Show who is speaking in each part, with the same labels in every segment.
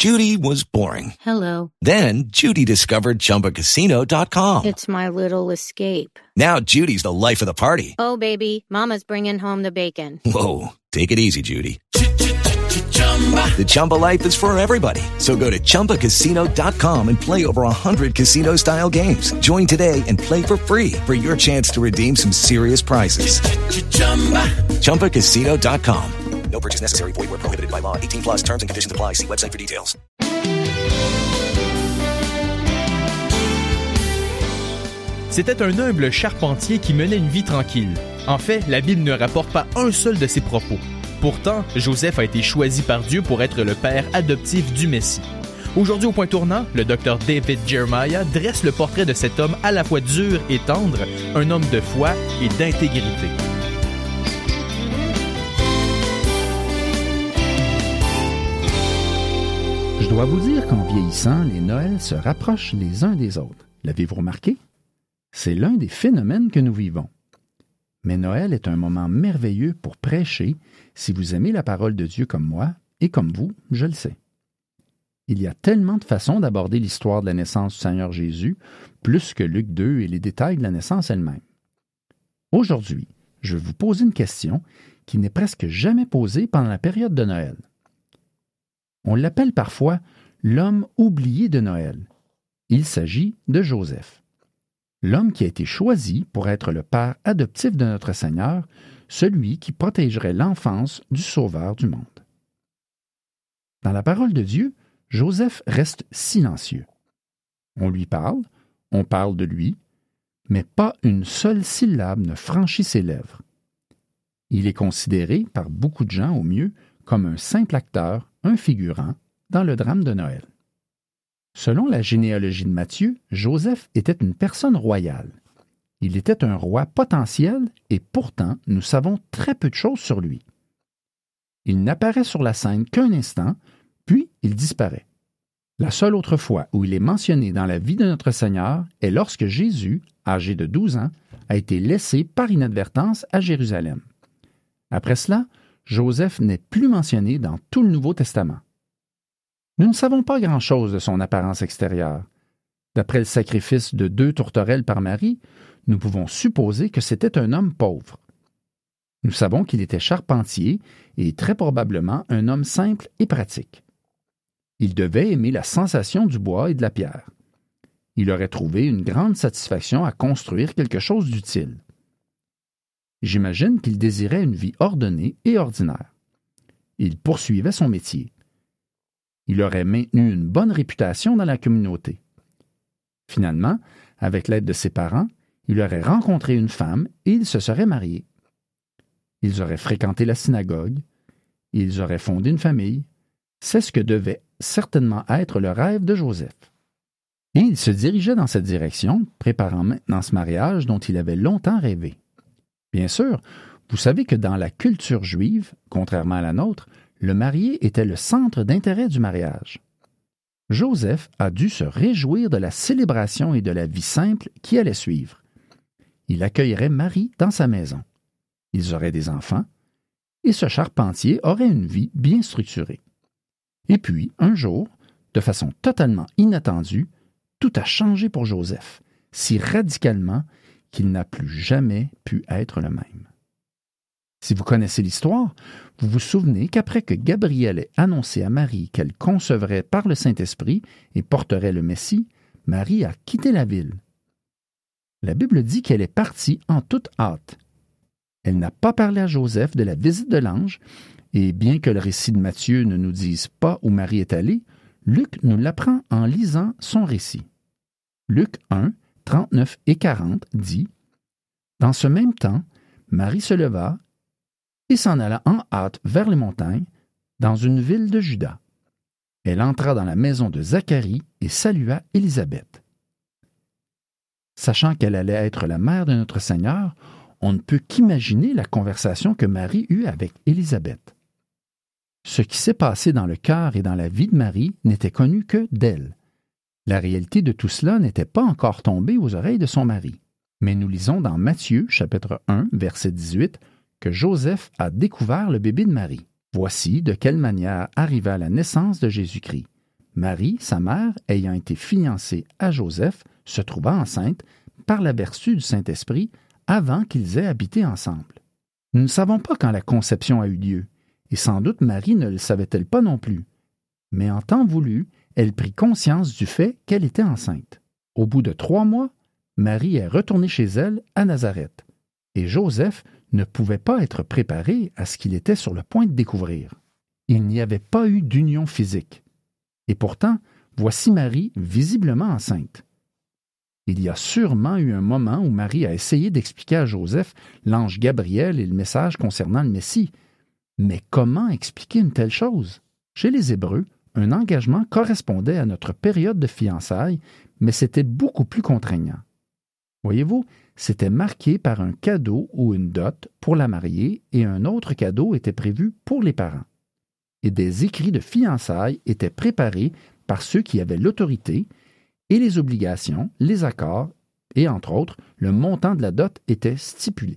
Speaker 1: Judy was boring.
Speaker 2: Hello.
Speaker 1: Then Judy discovered ChumbaCasino.com.
Speaker 2: It's my little escape.
Speaker 1: Now Judy's the life of the party.
Speaker 2: Oh, baby, mama's bringing home the bacon.
Speaker 1: Whoa, take it easy, Judy. The Chumba life is for everybody. So go to ChumbaCasino.com and play over 100 casino-style games. Join today and play for free for your chance to redeem some serious prizes. ChumbaCasino.com. No purchase necessary. Void where prohibited by law. 18 plus terms and conditions apply. See website for details.
Speaker 3: C'était un humble charpentier qui menait une vie tranquille. En fait, la Bible ne rapporte pas un seul de ses propos. Pourtant, Joseph a été choisi par Dieu pour être le père adoptif du Messie. Aujourd'hui, au point tournant, le docteur David Jeremiah dresse le portrait de cet homme à la fois dur et tendre, un homme de foi et d'intégrité.
Speaker 4: Je dois vous dire qu'en vieillissant, les Noëls se rapprochent les uns des autres. L'avez-vous remarqué? C'est l'un des phénomènes que nous vivons. Mais Noël est un moment merveilleux pour prêcher si vous aimez la parole de Dieu comme moi, et comme vous, je le sais. Il y a tellement de façons d'aborder l'histoire de la naissance du Seigneur Jésus, plus que Luc 2 et les détails de la naissance elle-même. Aujourd'hui, je vais vous poser une question qui n'est presque jamais posée pendant la période de Noël. On l'appelle parfois l'homme oublié de Noël. Il s'agit de Joseph. L'homme qui a été choisi pour être le père adoptif de notre Seigneur, celui qui protégerait l'enfance du Sauveur du monde. Dans la parole de Dieu, Joseph reste silencieux. On lui parle, on parle de lui, mais pas une seule syllabe ne franchit ses lèvres. Il est considéré par beaucoup de gens au mieux comme un simple acteur, un figurant, dans le drame de Noël. Selon la généalogie de Matthieu, Joseph était une personne royale. Il était un roi potentiel et pourtant nous savons très peu de choses sur lui. Il n'apparaît sur la scène qu'un instant, puis il disparaît. La seule autre fois où il est mentionné dans la vie de notre Seigneur est lorsque Jésus, âgé de 12 ans, a été laissé par inadvertance à Jérusalem. Après cela, Joseph n'est plus mentionné dans tout le Nouveau Testament. Nous ne savons pas grand-chose de son apparence extérieure. D'après le sacrifice de 2 tourterelles par Marie, nous pouvons supposer que c'était un homme pauvre. Nous savons qu'il était charpentier et très probablement un homme simple et pratique. Il devait aimer la sensation du bois et de la pierre. Il aurait trouvé une grande satisfaction à construire quelque chose d'utile. J'imagine qu'il désirait une vie ordonnée et ordinaire. Il poursuivait son métier. Il aurait maintenu une bonne réputation dans la communauté. Finalement, avec l'aide de ses parents, il aurait rencontré une femme et ils se seraient mariés. Ils auraient fréquenté la synagogue, ils auraient fondé une famille. C'est ce que devait certainement être le rêve de Joseph. Et il se dirigeait dans cette direction, préparant maintenant ce mariage dont il avait longtemps rêvé. Bien sûr, vous savez que dans la culture juive, contrairement à la nôtre, le marié était le centre d'intérêt du mariage. Joseph a dû se réjouir de la célébration et de la vie simple qui allait suivre. Il accueillerait Marie dans sa maison. Ils auraient des enfants, et ce charpentier aurait une vie bien structurée. Et puis, un jour, de façon totalement inattendue, tout a changé pour Joseph, si radicalement qu'il n'a plus jamais pu être le même. Si vous connaissez l'histoire, vous vous souvenez qu'après que Gabriel ait annoncé à Marie qu'elle concevrait par le Saint-Esprit et porterait le Messie, Marie a quitté la ville. La Bible dit qu'elle est partie en toute hâte. Elle n'a pas parlé à Joseph de la visite de l'ange, et bien que le récit de Matthieu ne nous dise pas où Marie est allée, Luc nous l'apprend en lisant son récit. Luc 1, 39 et 40 dit « Dans ce même temps, Marie se leva et s'en alla en hâte vers les montagnes, dans une ville de Juda. Elle entra dans la maison de Zacharie et salua Élisabeth. Sachant qu'elle allait être la mère de notre Seigneur, on ne peut qu'imaginer la conversation que Marie eut avec Élisabeth. Ce qui s'est passé dans le cœur et dans la vie de Marie n'était connu que d'elle. La réalité de tout cela n'était pas encore tombée aux oreilles de son mari. Mais nous lisons dans Matthieu, chapitre 1, verset 18, que Joseph a découvert le bébé de Marie. Voici de quelle manière arriva la naissance de Jésus-Christ. Marie, sa mère, ayant été fiancée à Joseph, se trouva enceinte par la vertu du Saint-Esprit avant qu'ils aient habité ensemble. Nous ne savons pas quand la conception a eu lieu, et sans doute Marie ne le savait-elle pas non plus. Mais en temps voulu, elle prit conscience du fait qu'elle était enceinte. Au bout de 3 mois, Marie est retournée chez elle à Nazareth, et Joseph ne pouvait pas être préparé à ce qu'il était sur le point de découvrir. Il n'y avait pas eu d'union physique. Et pourtant, voici Marie visiblement enceinte. Il y a sûrement eu un moment où Marie a essayé d'expliquer à Joseph l'ange Gabriel et le message concernant le Messie. Mais comment expliquer une telle chose? Chez les Hébreux, un engagement correspondait à notre période de fiançailles, mais c'était beaucoup plus contraignant. Voyez-vous, c'était marqué par un cadeau ou une dot pour la mariée et un autre cadeau était prévu pour les parents. Et des écrits de fiançailles étaient préparés par ceux qui avaient l'autorité et les obligations, les accords et, entre autres, le montant de la dot était stipulé.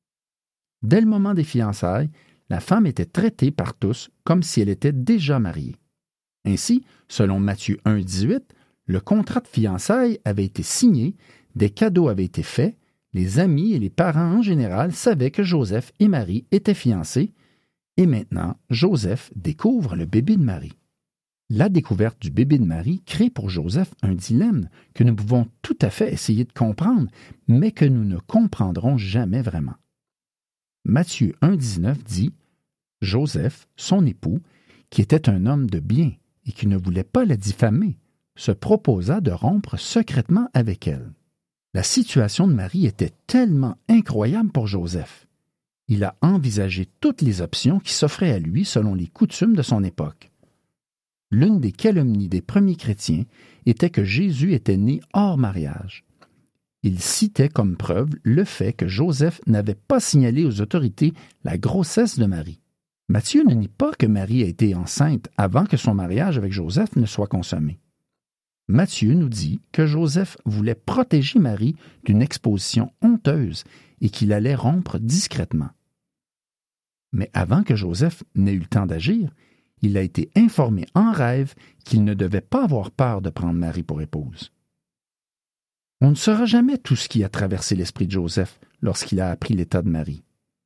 Speaker 4: Dès le moment des fiançailles, la femme était traitée par tous comme si elle était déjà mariée. Ainsi, selon Matthieu 1,18, le contrat de fiançailles avait été signé, des cadeaux avaient été faits, les amis et les parents en général savaient que Joseph et Marie étaient fiancés, et maintenant, Joseph découvre le bébé de Marie. La découverte du bébé de Marie crée pour Joseph un dilemme que nous pouvons tout à fait essayer de comprendre, mais que nous ne comprendrons jamais vraiment. Matthieu 1,19 dit « Joseph, son époux, qui était un homme de bien et qui ne voulait pas la diffamer, se proposa de rompre secrètement avec elle. » La situation de Marie était tellement incroyable pour Joseph. Il a envisagé toutes les options qui s'offraient à lui selon les coutumes de son époque. L'une des calomnies des premiers chrétiens était que Jésus était né hors mariage. Il citait comme preuve le fait que Joseph n'avait pas signalé aux autorités la grossesse de Marie. Matthieu ne nie pas que Marie a été enceinte avant que son mariage avec Joseph ne soit consommé. Matthieu nous dit que Joseph voulait protéger Marie d'une exposition honteuse et qu'il allait rompre discrètement. Mais avant que Joseph n'ait eu le temps d'agir, il a été informé en rêve qu'il ne devait pas avoir peur de prendre Marie pour épouse. On ne saura jamais tout ce qui a traversé l'esprit de Joseph lorsqu'il a appris l'état de Marie.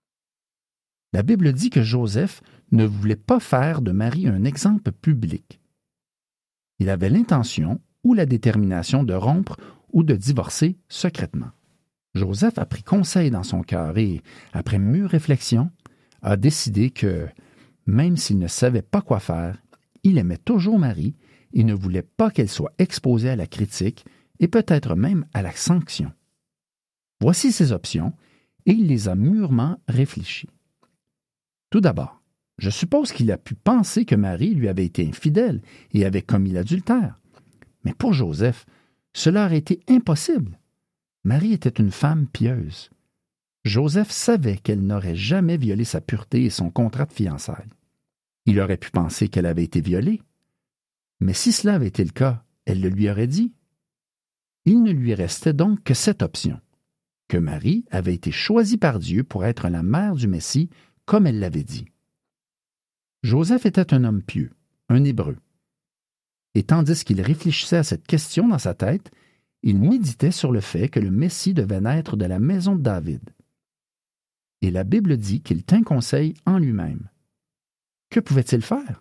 Speaker 4: La Bible dit que Joseph ne voulait pas faire de Marie un exemple public. Il avait l'intention ou la détermination de rompre ou de divorcer secrètement. Joseph a pris conseil dans son cœur et, après mûre réflexion, a décidé que, même s'il ne savait pas quoi faire, il aimait toujours Marie et ne voulait pas qu'elle soit exposée à la critique et peut-être même à la sanction. Voici ses options et il les a mûrement réfléchies. Tout d'abord, je suppose qu'il a pu penser que Marie lui avait été infidèle et avait commis l'adultère. Mais pour Joseph, cela aurait été impossible. Marie était une femme pieuse. Joseph savait qu'elle n'aurait jamais violé sa pureté et son contrat de fiançailles. Il aurait pu penser qu'elle avait été violée. Mais si cela avait été le cas, elle le lui aurait dit. Il ne lui restait donc que cette option, que Marie avait été choisie par Dieu pour être la mère du Messie, comme elle l'avait dit. Joseph était un homme pieux, un Hébreu. Et tandis qu'il réfléchissait à cette question dans sa tête, il méditait sur le fait que le Messie devait naître de la maison de David. Et la Bible dit qu'il tint conseil en lui-même. Que pouvait-il faire?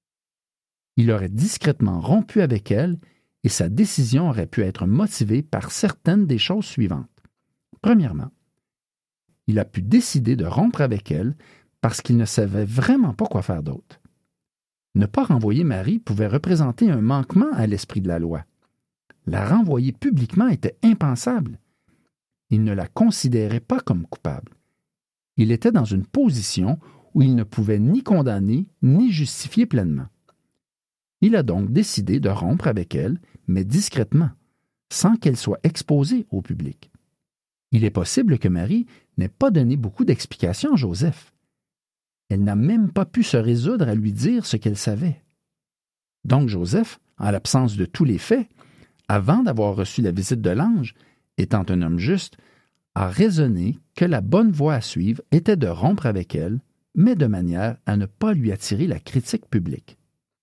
Speaker 4: Il aurait discrètement rompu avec elle et sa décision aurait pu être motivée par certaines des choses suivantes. Premièrement, il a pu décider de rompre avec elle parce qu'il ne savait vraiment pas quoi faire d'autre. Ne pas renvoyer Marie pouvait représenter un manquement à l'esprit de la loi. La renvoyer publiquement était impensable. Il ne la considérait pas comme coupable. Il était dans une position où il ne pouvait ni condamner ni justifier pleinement. Il a donc décidé de rompre avec elle, mais discrètement, sans qu'elle soit exposée au public. Il est possible que Marie n'ait pas donné beaucoup d'explications à Joseph. Elle n'a même pas pu se résoudre à lui dire ce qu'elle savait. Donc Joseph, en l'absence de tous les faits, avant d'avoir reçu la visite de l'ange, étant un homme juste, a raisonné que la bonne voie à suivre était de rompre avec elle, mais de manière à ne pas lui attirer la critique publique.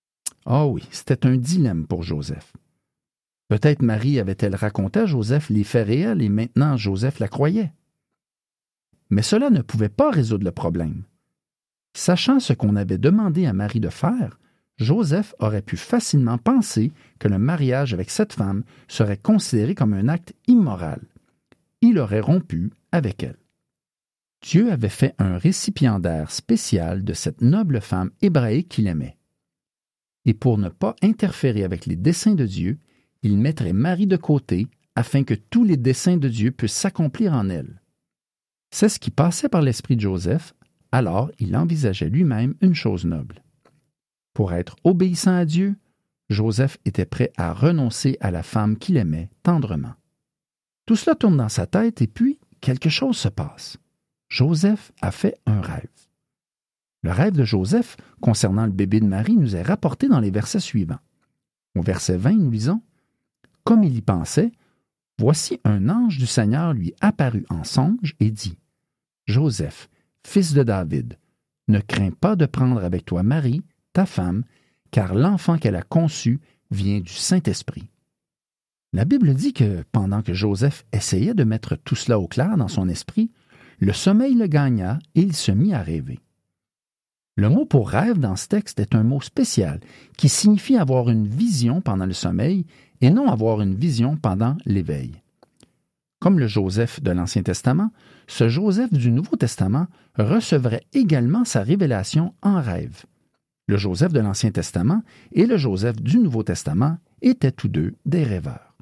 Speaker 4: Ah oui, c'était un dilemme pour Joseph. Peut-être Marie avait-elle raconté à Joseph les faits réels et maintenant Joseph la croyait. Mais cela ne pouvait pas résoudre le problème. Sachant ce qu'on avait demandé à Marie de faire, Joseph aurait pu facilement penser que le mariage avec cette femme serait considéré comme un acte immoral. Il aurait rompu avec elle. Dieu avait fait un récipiendaire spécial de cette noble femme hébraïque qu'il aimait. Et pour ne pas interférer avec les desseins de Dieu, il mettrait Marie de côté afin que tous les desseins de Dieu puissent s'accomplir en elle. C'est ce qui passait par l'esprit de Joseph, alors il envisageait lui-même une chose noble. Pour être obéissant à Dieu, Joseph était prêt à renoncer à la femme qu'il aimait tendrement. Tout cela tourne dans sa tête et puis quelque chose se passe. Joseph a fait un rêve. Le rêve de Joseph concernant le bébé de Marie nous est rapporté dans les versets suivants. Au verset 20, nous lisons « Comme il y pensait, voici un ange du Seigneur lui apparut en songe et dit « Joseph, fils de David, ne crains pas de prendre avec toi Marie, ta femme, car l'enfant qu'elle a conçu vient du Saint-Esprit. » La Bible dit que pendant que Joseph essayait de mettre tout cela au clair dans son esprit, le sommeil le gagna et il se mit à rêver. Le mot pour rêve dans ce texte est un mot spécial qui signifie avoir une vision pendant le sommeil et non avoir une vision pendant l'éveil. Comme le Joseph de l'Ancien Testament, ce Joseph du Nouveau Testament recevrait également sa révélation en rêve. Le Joseph de l'Ancien Testament et le Joseph du Nouveau Testament étaient tous deux des rêveurs.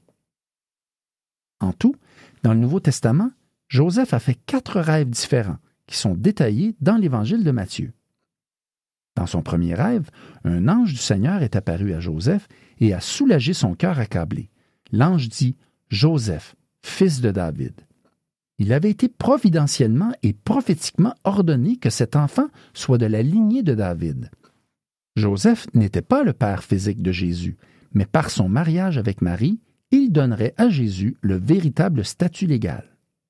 Speaker 4: En tout, dans le Nouveau Testament, Joseph a fait 4 rêves différents qui sont détaillés dans l'Évangile de Matthieu. Dans son premier rêve, un ange du Seigneur est apparu à Joseph et a soulagé son cœur accablé. L'ange dit « Joseph, fils de David ». Il avait été providentiellement et prophétiquement ordonné que cet enfant soit de la lignée de David. Joseph n'était pas le père physique de Jésus, mais par son mariage avec Marie, il donnerait à Jésus le véritable statut légal.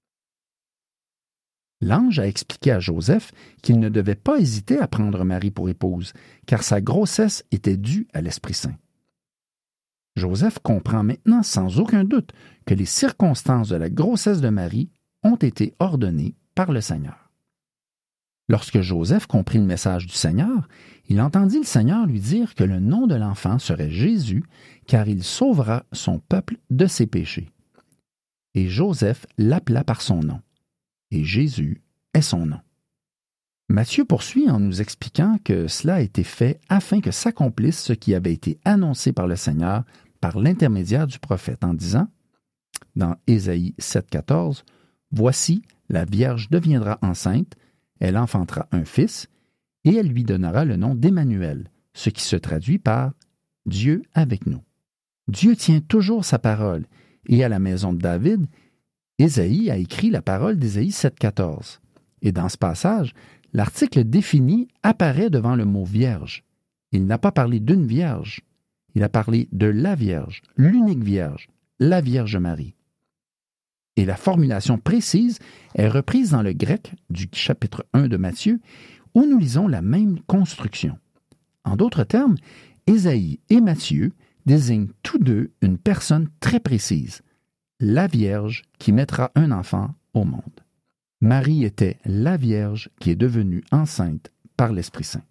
Speaker 4: L'ange a expliqué à Joseph qu'il ne devait pas hésiter à prendre Marie pour épouse, car sa grossesse était due à l'Esprit Saint. Joseph comprend maintenant sans aucun doute que les circonstances de la grossesse de Marie ont été ordonnées par le Seigneur. Lorsque Joseph comprit le message du Seigneur, il entendit le Seigneur lui dire que le nom de l'enfant serait Jésus, car il sauvera son peuple de ses péchés. Et Joseph l'appela par son nom. Et Jésus est son nom. Matthieu poursuit en nous expliquant que cela a été fait afin que s'accomplisse ce qui avait été annoncé par le Seigneur par l'intermédiaire du prophète en disant, dans Ésaïe 7,14, « Voici, la Vierge deviendra enceinte, elle enfantera un fils, et elle lui donnera le nom d'Emmanuel, ce qui se traduit par « Dieu avec nous ». Dieu tient toujours sa parole, et à la maison de David, Ésaïe a écrit la parole d'Ésaïe 7,14. Et dans ce passage, l'article défini apparaît devant le mot « vierge ». Il n'a pas parlé d'une vierge, il a parlé de la Vierge, l'unique Vierge, la Vierge Marie. Et la formulation précise est reprise dans le grec du chapitre 1 de Matthieu, où nous lisons la même construction. En d'autres termes, Ésaïe et Matthieu désignent tous deux une personne très précise, la Vierge qui mettra un enfant au monde. Marie était la Vierge qui est devenue enceinte par l'Esprit Saint.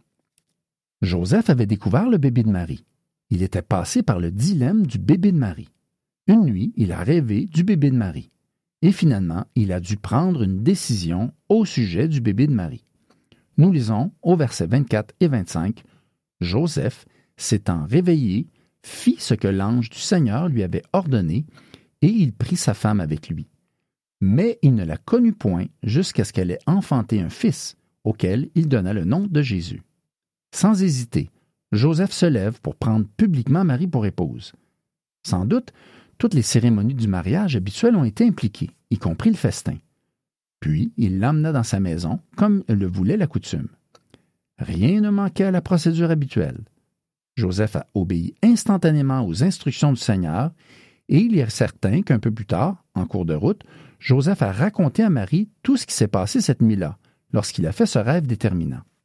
Speaker 4: Joseph avait découvert le bébé de Marie. Il était passé par le dilemme du bébé de Marie. Une nuit, il a rêvé du bébé de Marie. Et finalement, il a dû prendre une décision au sujet du bébé de Marie. Nous lisons au verset 24 et 25, « Joseph, s'étant réveillé, fit ce que l'ange du Seigneur lui avait ordonné, et il prit sa femme avec lui. Mais il ne la connut point jusqu'à ce qu'elle ait enfanté un fils, auquel il donna le nom de Jésus. » Sans hésiter, Joseph se lève pour prendre publiquement Marie pour épouse. Sans doute, toutes les cérémonies du mariage habituelles ont été impliquées, y compris le festin. Puis, il l'emmena dans sa maison, comme le voulait la coutume. Rien ne manquait à la procédure habituelle. Joseph a obéi instantanément aux instructions du Seigneur, et il est certain qu'un peu plus tard, en cours de route, Joseph a raconté à Marie tout ce qui s'est passé cette nuit-là, lorsqu'il a fait ce rêve déterminant.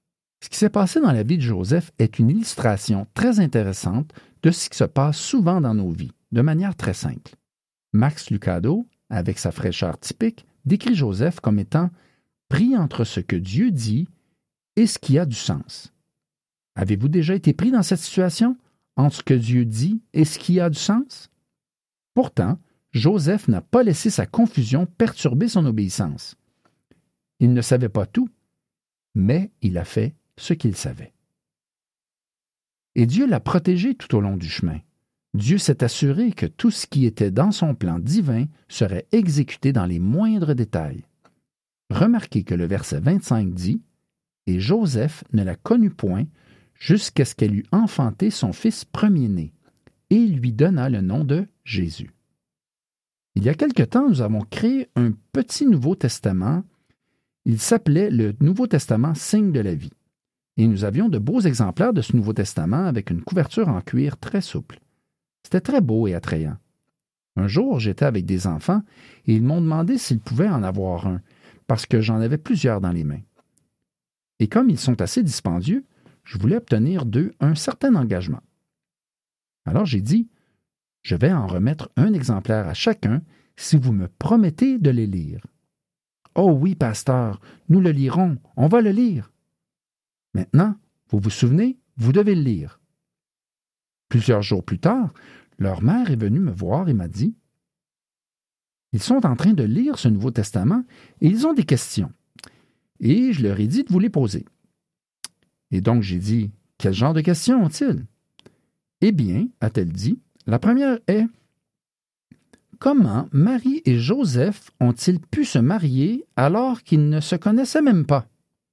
Speaker 4: Ce qui s'est passé dans la vie de Joseph est une illustration très intéressante de ce qui se passe souvent dans nos vies, de manière très simple. Max Lucado, avec sa fraîcheur typique, décrit Joseph comme étant pris entre ce que Dieu dit et ce qui a du sens. Avez-vous déjà été pris dans cette situation, entre ce que Dieu dit et ce qui a du sens? Pourtant, Joseph n'a pas laissé sa confusion perturber son obéissance. Il ne savait pas tout, mais il a fait ce qu'il savait. Et Dieu l'a protégé tout au long du chemin. Dieu s'est assuré que tout ce qui était dans son plan divin serait exécuté dans les moindres détails. Remarquez que le verset 25 dit « Et Joseph ne la connut point jusqu'à ce qu'elle eût enfanté son fils premier-né, et il lui donna le nom de Jésus. » Il y a quelque temps, nous avons créé un petit Nouveau Testament. Il s'appelait le Nouveau Testament Signe de la vie. Et nous avions de beaux exemplaires de ce Nouveau Testament avec une couverture en cuir très souple. C'était très beau et attrayant. Un jour, j'étais avec des enfants et ils m'ont demandé s'ils pouvaient en avoir un, parce que j'en avais plusieurs dans les mains. Et comme ils sont assez dispendieux, je voulais obtenir d'eux un certain engagement. Alors j'ai dit, je vais en remettre un exemplaire à chacun si vous me promettez de les lire. « Oh oui, pasteur, nous le lirons, on va le lire. » Maintenant, vous vous souvenez, vous devez le lire. Plusieurs jours plus tard, leur mère est venue me voir et m'a dit « Ils sont en train de lire ce Nouveau Testament et ils ont des questions. Et je leur ai dit de vous les poser. » Et donc j'ai dit « Quel genre de questions ont-ils? » Eh bien, a-t-elle dit, la première est « Comment Marie et Joseph ont-ils pu se marier alors qu'ils ne se connaissaient même pas? »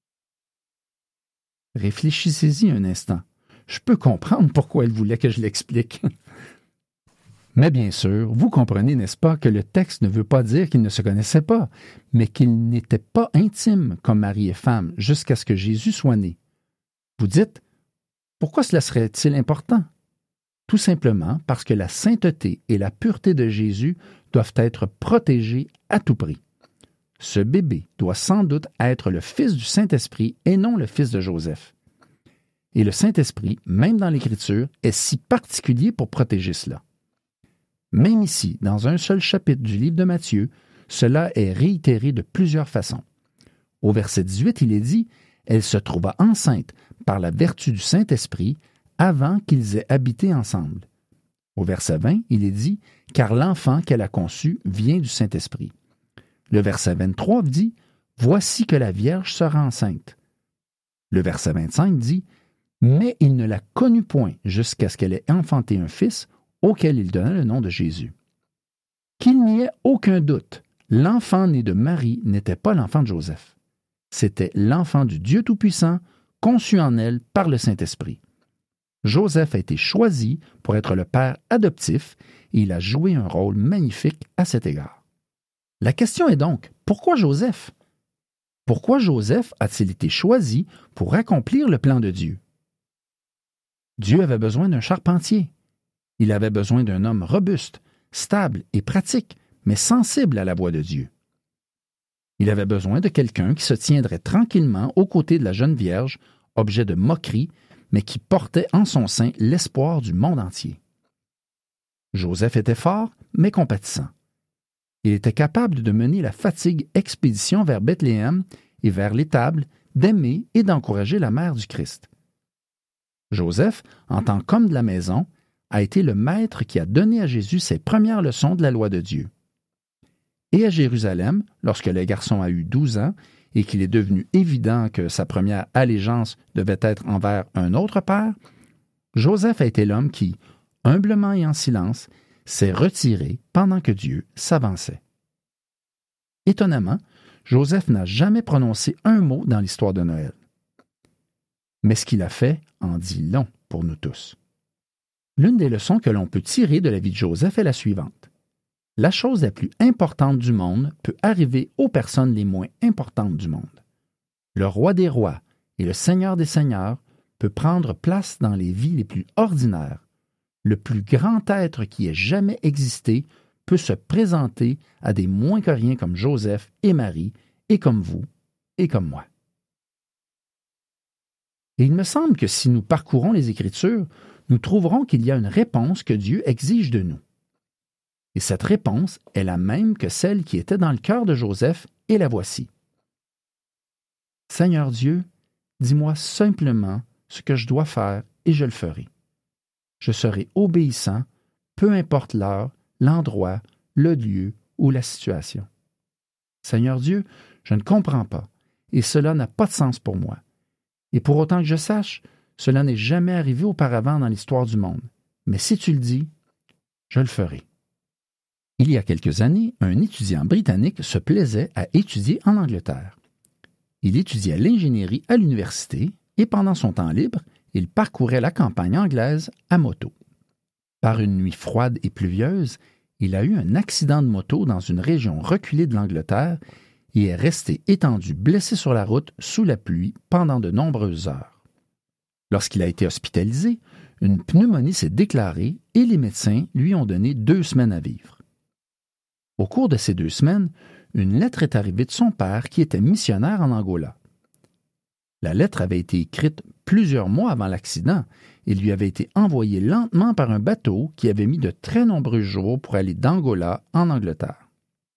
Speaker 4: Réfléchissez-y un instant. Je peux comprendre pourquoi elle voulait que je l'explique. Mais bien sûr, vous comprenez, n'est-ce pas, que le texte ne veut pas dire qu'ils ne se connaissaient pas, mais qu'ils n'étaient pas intimes comme mari et femme jusqu'à ce que Jésus soit né. Vous dites, pourquoi cela serait-il important? Tout simplement parce que la sainteté et la pureté de Jésus doivent être protégées à tout prix. Ce bébé doit sans doute être le fils du Saint-Esprit et non le fils de Joseph. Et le Saint-Esprit, même dans l'Écriture, est si particulier pour protéger cela. Même ici, dans un seul chapitre du livre de Matthieu, cela est réitéré de plusieurs façons. Au verset 18, il est dit « Elle se trouva enceinte par la vertu du Saint-Esprit avant qu'ils aient habité ensemble. » Au verset 20, il est dit « Car l'enfant qu'elle a conçu vient du Saint-Esprit. » Le verset 23 dit « Voici que la Vierge sera enceinte. » Le verset 25 dit « Mais il ne la connut point jusqu'à ce qu'elle ait enfanté un fils auquel il donna le nom de Jésus. » Qu'il n'y ait aucun doute, l'enfant né de Marie n'était pas l'enfant de Joseph. C'était l'enfant du Dieu Tout-Puissant, conçu en elle par le Saint-Esprit. Joseph a été choisi pour être le père adoptif et il a joué un rôle magnifique à cet égard. La question est donc, pourquoi Joseph? Pourquoi Joseph a-t-il été choisi pour accomplir le plan de Dieu? Dieu avait besoin d'un charpentier. Il avait besoin d'un homme robuste, stable et pratique, mais sensible à la voix de Dieu. Il avait besoin de quelqu'un qui se tiendrait tranquillement aux côtés de la jeune Vierge, objet de moquerie, mais qui portait en son sein l'espoir du monde entier. Joseph était fort, mais compatissant. Il était capable de mener la fatigue expédition vers Bethléem et vers l'étable, d'aimer et d'encourager la mère du Christ. Joseph, en tant qu'homme de la maison, a été le maître qui a donné à Jésus ses premières leçons de la loi de Dieu. Et à Jérusalem, lorsque le garçon a eu 12 ans et qu'il est devenu évident que sa première allégeance devait être envers un autre père, Joseph a été l'homme qui, humblement et en silence, s'est retiré pendant que Dieu s'avançait. Étonnamment, Joseph n'a jamais prononcé un mot dans l'histoire de Noël. Mais ce qu'il a fait en dit long pour nous tous. L'une des leçons que l'on peut tirer de la vie de Joseph est la suivante. La chose la plus importante du monde peut arriver aux personnes les moins importantes du monde. Le roi des rois et le seigneur des seigneurs peut prendre place dans les vies les plus ordinaires. Le plus grand être qui ait jamais existé peut se présenter à des moins que rien comme Joseph et Marie, et comme vous, et comme moi. Et il me semble que si nous parcourons les Écritures, nous trouverons qu'il y a une réponse que Dieu exige de nous. Et cette réponse est la même que celle qui était dans le cœur de Joseph, et la voici. Seigneur Dieu, dis-moi simplement ce que je dois faire et je le ferai. Je serai obéissant, peu importe l'heure, l'endroit, le lieu ou la situation. Seigneur Dieu, je ne comprends pas, et cela n'a pas de sens pour moi. Et pour autant que je sache, cela n'est jamais arrivé auparavant dans l'histoire du monde. Mais si tu le dis, je le ferai. Il y a quelques années, un étudiant britannique se plaisait à étudier en Angleterre. Il étudiait l'ingénierie à l'université et pendant son temps libre, il parcourait la campagne anglaise à moto. Par une nuit froide et pluvieuse, il a eu un accident de moto dans une région reculée de l'Angleterre et est resté étendu blessé sur la route sous la pluie pendant de nombreuses heures. Lorsqu'il a été hospitalisé, une pneumonie s'est déclarée et les médecins lui ont donné 2 semaines à vivre. Au cours de ces 2 semaines, une lettre est arrivée de son père qui était missionnaire en Angola. La lettre avait été écrite plusieurs mois avant l'accident et lui avait été envoyée lentement par un bateau qui avait mis de très nombreux jours pour aller d'Angola en Angleterre.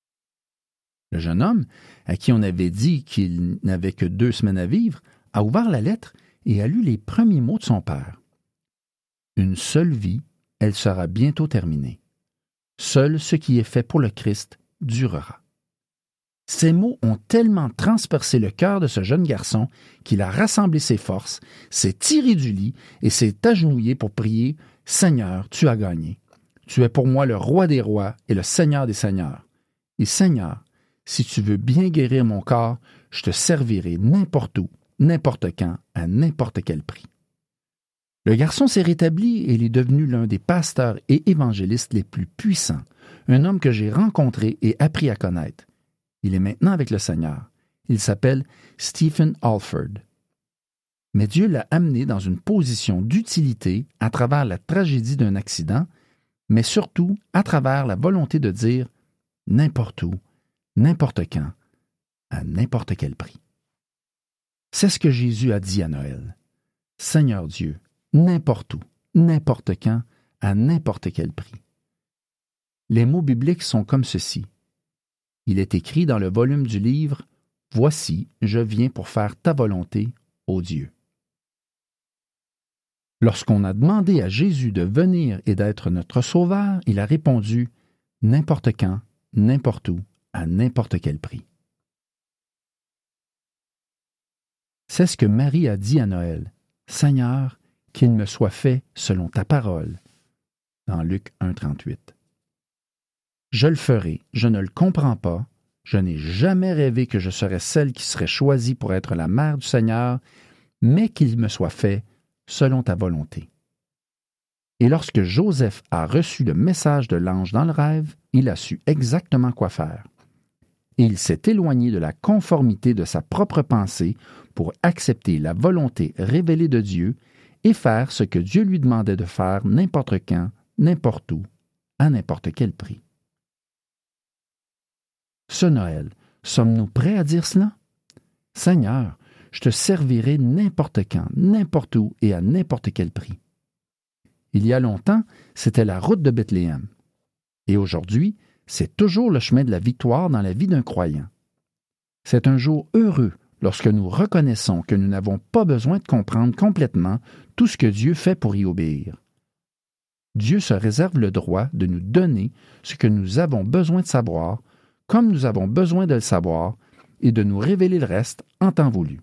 Speaker 4: Le jeune homme, à qui on avait dit qu'il n'avait que 2 semaines à vivre, a ouvert la lettre et a lu les premiers mots de son père. « Une seule vie, elle sera bientôt terminée. Seul ce qui est fait pour le Christ durera. » Ces mots ont tellement transpercé le cœur de ce jeune garçon qu'il a rassemblé ses forces, s'est tiré du lit et s'est agenouillé pour prier « Seigneur, tu as gagné. Tu es pour moi le roi des rois et le Seigneur des seigneurs. Et Seigneur, si tu veux bien guérir mon corps, je te servirai n'importe où, n'importe quand, à n'importe quel prix. » Le garçon s'est rétabli et il est devenu l'un des pasteurs et évangélistes les plus puissants, un homme que j'ai rencontré et appris à connaître. Il est maintenant avec le Seigneur. Il s'appelle Stephen Alford. Mais Dieu l'a amené dans une position d'utilité à travers la tragédie d'un accident, mais surtout à travers la volonté de dire n'importe où, n'importe quand, à n'importe quel prix. C'est ce que Jésus a dit à Noël. Seigneur Dieu, n'importe où, n'importe quand, à n'importe quel prix. Les mots bibliques sont comme ceci. Il est écrit dans le volume du livre « Voici, je viens pour faire ta volonté, ô Dieu. » Lorsqu'on a demandé à Jésus de venir et d'être notre Sauveur, il a répondu « N'importe quand, n'importe où, à n'importe quel prix. » C'est ce que Marie a dit à Noël. « Seigneur, qu'il me soit fait selon ta parole. » Dans Luc 1,38. Je le ferai, je ne le comprends pas, je n'ai jamais rêvé que je serais celle qui serait choisie pour être la mère du Seigneur, mais qu'il me soit fait selon ta volonté. Et lorsque Joseph a reçu le message de l'ange dans le rêve, il a su exactement quoi faire. Et il s'est éloigné de la conformité de sa propre pensée pour accepter la volonté révélée de Dieu et faire ce que Dieu lui demandait de faire n'importe quand, n'importe où, à n'importe quel prix. Ce Noël, sommes-nous prêts à dire cela? Seigneur, je te servirai n'importe quand, n'importe où et à n'importe quel prix. Il y a longtemps, c'était la route de Bethléem. Et aujourd'hui, c'est toujours le chemin de la victoire dans la vie d'un croyant. C'est un jour heureux lorsque nous reconnaissons que nous n'avons pas besoin de comprendre complètement tout ce que Dieu fait pour y obéir. Dieu se réserve le droit de nous donner ce que nous avons besoin de savoir, comme nous avons besoin de le savoir, et de nous révéler le reste en temps voulu.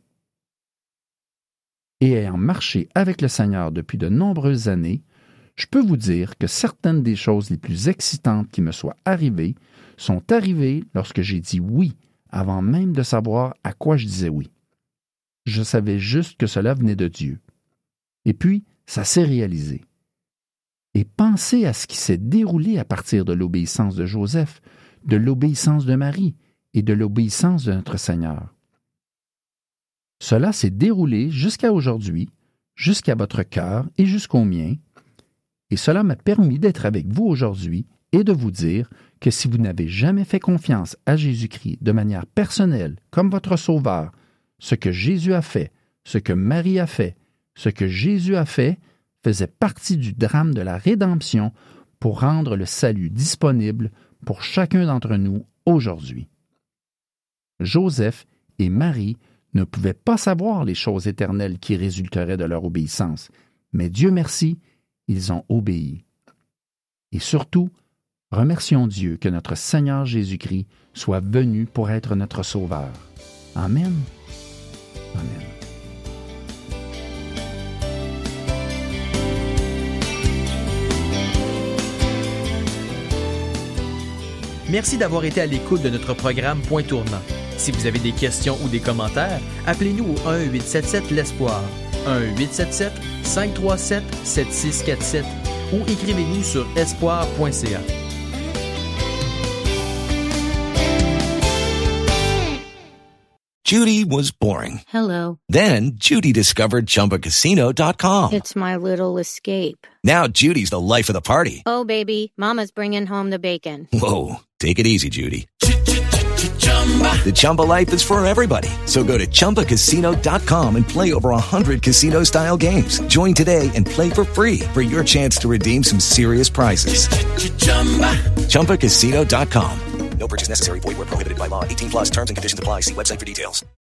Speaker 4: Et ayant marché avec le Seigneur depuis de nombreuses années, je peux vous dire que certaines des choses les plus excitantes qui me soient arrivées sont arrivées lorsque j'ai dit oui, avant même de savoir à quoi je disais oui. Je savais juste que cela venait de Dieu. Et puis, ça s'est réalisé. Et pensez à ce qui s'est déroulé à partir de l'obéissance de Joseph, de l'obéissance de Marie et de l'obéissance de notre Seigneur. Cela s'est déroulé jusqu'à aujourd'hui, jusqu'à votre cœur et jusqu'au mien, et cela m'a permis d'être avec vous aujourd'hui et de vous dire que si vous n'avez jamais fait confiance à Jésus-Christ de manière personnelle comme votre Sauveur, ce que Jésus a fait, ce que Marie a fait, Ce que Jésus a fait faisait partie du drame de la rédemption pour rendre le salut disponible pour chacun d'entre nous aujourd'hui. Joseph et Marie ne pouvaient pas savoir les choses éternelles qui résulteraient de leur obéissance, mais Dieu merci, ils ont obéi. Et surtout, remercions Dieu que notre Seigneur Jésus-Christ soit venu pour être notre Sauveur. Amen. Amen.
Speaker 3: Merci d'avoir été à l'écoute de notre programme Point Tournant. Si vous avez des questions ou des commentaires, appelez-nous au 1-877-L'Espoir, 1-877-537-7647 ou écrivez-nous sur espoir.ca.
Speaker 1: Judy was boring.
Speaker 2: Hello.
Speaker 1: Then Judy discovered ChumbaCasino.com.
Speaker 2: It's my little escape.
Speaker 1: Now Judy's the life of the party.
Speaker 2: Oh, baby, mama's bringing home the bacon.
Speaker 1: Whoa, take it easy, Judy. The Chumba life is for everybody. So go to ChumbaCasino.com and play over 100 casino-style games. Join today and play for free for your chance to redeem some serious prizes. ChumbaCasino.com. No purchase necessary. Void where prohibited by law. 18+ terms and conditions apply. See website for details.